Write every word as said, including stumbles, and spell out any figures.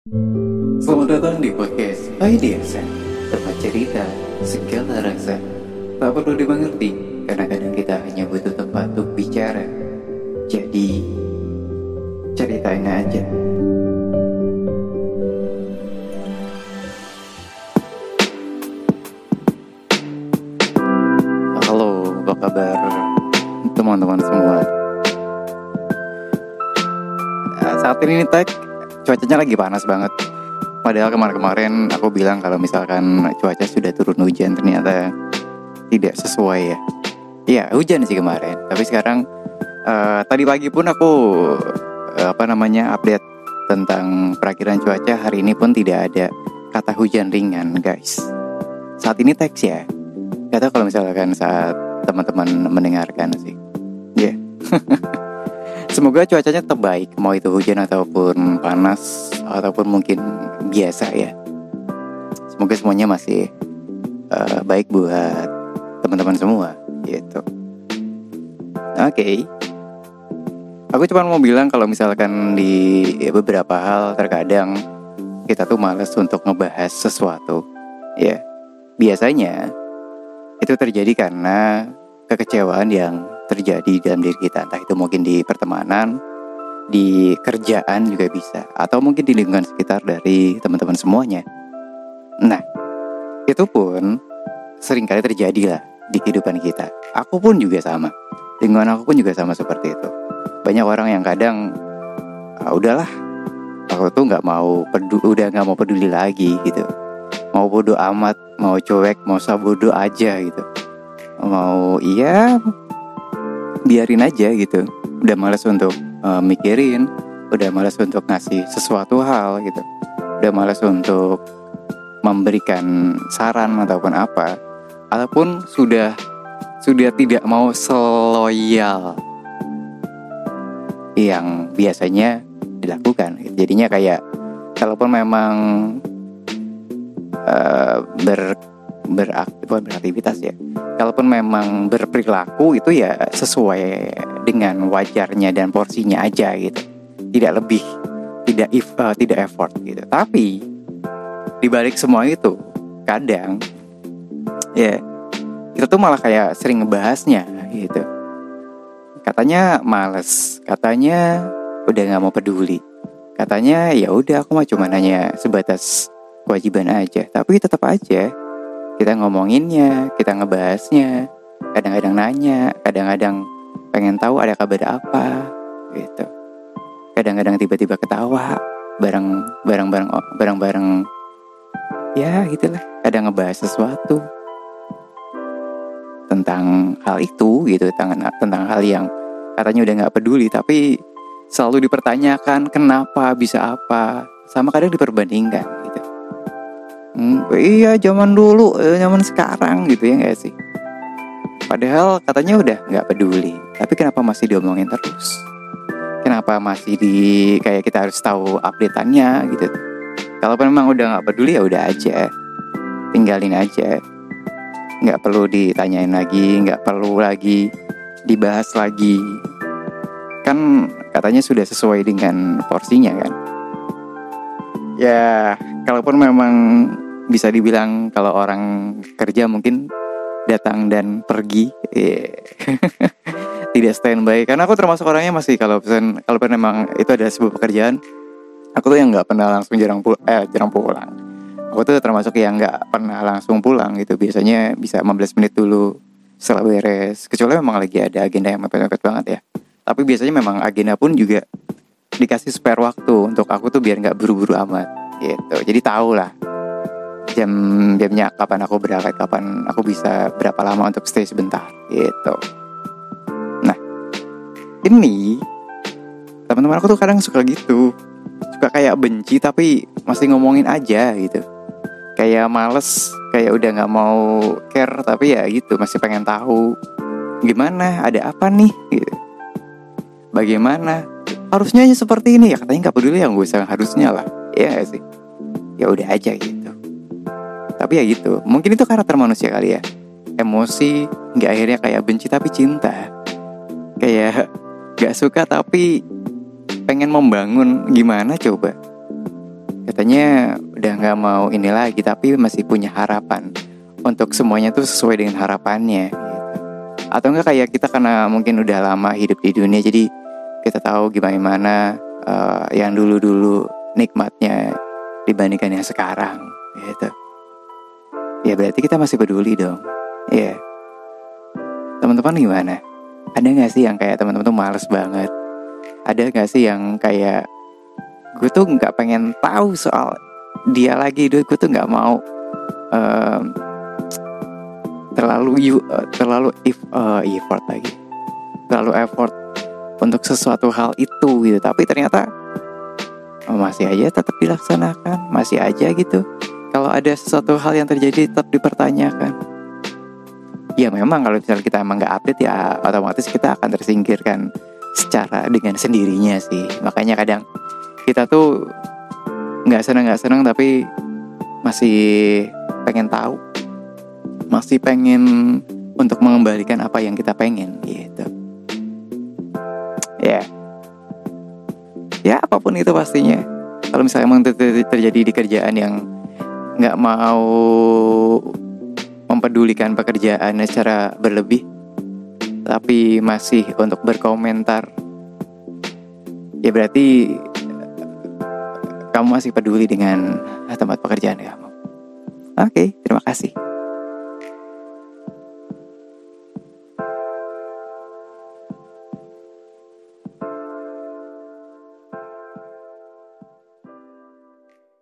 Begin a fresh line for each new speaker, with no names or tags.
Selamat datang di podcast Ideasa, tempat cerita segala rasa. Tak perlu dimengerti, karena kadang kita hanya butuh tempat untuk bicara. Jadi, ceritain aja. Halo, apa kabar teman-teman semua? Nah, saat ini nih tag cuacanya lagi panas banget. Padahal kemarin-kemarin aku bilang kalau misalkan cuaca sudah turun hujan, ternyata tidak sesuai ya. Iya, hujan sih kemarin. Tapi sekarang uh, tadi pagi pun aku uh, apa namanya update tentang perakiran cuaca. Hari ini pun tidak ada kata hujan ringan, guys. Saat ini teks ya. Gak tahu kalau misalkan saat teman-teman mendengarkan sih. Ya. Yeah. Semoga cuacanya tetap baik, mau itu hujan ataupun panas ataupun mungkin biasa ya. Semoga semuanya masih uh, baik buat teman-teman semua gitu. Oke, okay. Aku cuma mau bilang kalau misalkan di beberapa hal terkadang kita tuh malas untuk ngebahas sesuatu. Ya, biasanya itu terjadi karena kekecewaan yang terjadi dalam diri kita, entah itu mungkin di pertemanan, di kerjaan juga bisa, atau mungkin di lingkungan sekitar dari teman-teman semuanya. Nah, itu pun seringkali terjadi lah di kehidupan kita. Aku pun juga sama, lingkungan aku pun juga sama seperti itu. Banyak orang yang kadang, ah, udahlah, aku tuh nggak mau peduli, udah nggak mau peduli lagi gitu. Mau bodo amat, mau cuek, mau sabodo aja gitu. Mau iya. Biarin aja gitu. Udah malas untuk uh, mikirin, udah malas untuk ngasih sesuatu hal gitu, udah malas untuk memberikan saran ataupun apa, ataupun sudah sudah tidak mau seloyal yang biasanya dilakukan. Jadinya kayak kalaupun memang uh, ber beraktif, beraktivitas ya. Kalaupun memang berperilaku itu ya sesuai dengan wajarnya dan porsinya aja gitu. Tidak lebih, tidak if, uh, tidak effort gitu. Tapi di balik semua itu kadang ya kita tuh malah kayak sering ngebahasnya gitu. Katanya males, katanya udah nggak mau peduli, katanya ya udah aku mah cuma nanya sebatas kewajiban aja. Tapi tetap aja kita ngomonginnya, kita ngebahasnya, kadang-kadang nanya, kadang-kadang pengen tahu ada kabar apa, gitu. Kadang-kadang tiba-tiba ketawa, bareng, bareng-bareng, bareng-bareng, ya gitulah. Kadang ngebahas sesuatu tentang hal itu, gitu, tentang tentang hal yang katanya udah nggak peduli, tapi selalu dipertanyakan kenapa, bisa apa, sama kadang diperbandingkan, gitu. Hmm, iya zaman dulu, zaman sekarang gitu ya gak sih? Padahal katanya udah gak peduli, tapi kenapa masih diomongin terus? Kenapa masih di kayak kita harus tahu update-annya gitu? Kalau memang udah gak peduli ya udah aja, tinggalin aja. Gak perlu ditanyain lagi, gak perlu lagi dibahas lagi. Kan katanya sudah sesuai dengan porsinya kan? Ya, kalaupun memang bisa dibilang kalau orang kerja mungkin datang dan pergi, yeah. Tidak standby. Karena aku termasuk orangnya masih kalau pesan, kalau memang itu ada sebuah pekerjaan, aku tuh yang nggak pernah langsung jarang pul- eh jarang pulang. Aku tuh termasuk yang nggak pernah langsung pulang gitu. Biasanya bisa lima belas menit dulu setelah beres. Kecuali memang lagi ada agenda yang mepet-mepet banget ya. Tapi biasanya memang agenda pun juga dikasih spare waktu untuk aku tuh biar nggak buru-buru amat gitu. Jadi tahu lah jam jamnya kapan aku berangkat, kapan aku bisa berapa lama untuk stay sebentar gitu. Nah, ini teman-teman aku tuh kadang suka gitu, suka kayak benci tapi masih ngomongin aja gitu. Kayak males, kayak udah nggak mau care, tapi ya gitu masih pengen tahu gimana, ada apa nih gitu. Bagaimana? Harusnya seperti ini ya, katanya nggak peduli, yang gue usah harusnya lah, ya gak sih? Ya udah aja gitu. Tapi ya gitu, mungkin itu karakter manusia kali ya. Emosi nggak akhirnya kayak benci tapi cinta. Kayak nggak suka tapi pengen membangun, gimana coba? katanya udah nggak mau ini lagi, tapi masih punya harapan untuk semuanya tuh sesuai dengan harapannya gitu. Atau enggak kayak kita karena mungkin udah lama hidup di dunia, jadi kita tahu gimana uh, yang dulu-dulu nikmatnya dibandingkan yang sekarang gitu. Ya berarti kita masih peduli dong. Iya. Yeah. Teman-teman gimana? Ada gak sih yang kayak teman-teman tuh males banget? Ada gak sih yang kayak gue tuh gak pengen tahu soal dia lagi, gue tuh gak mau um, terlalu you, uh, terlalu if, uh, effort lagi, terlalu effort untuk sesuatu hal itu gitu. Tapi ternyata oh, masih aja tetap dilaksanakan, masih aja gitu. Kalau ada sesuatu hal yang terjadi tetap dipertanyakan. Ya memang kalau misalnya kita emang gak update, ya otomatis kita akan tersingkirkan secara dengan sendirinya sih. Makanya kadang kita tuh gak seneng-gak seneng tapi masih pengen tahu, masih pengen untuk mengembalikan apa yang kita pengen gitu. Ya, ya apapun itu pastinya. Kalau misalnya emang ter- terjadi di kerjaan yang nggak mau mempedulikan pekerjaannya secara berlebih, tapi masih untuk berkomentar, ya berarti kamu masih peduli dengan tempat pekerjaan kamu. Oke, terima kasih.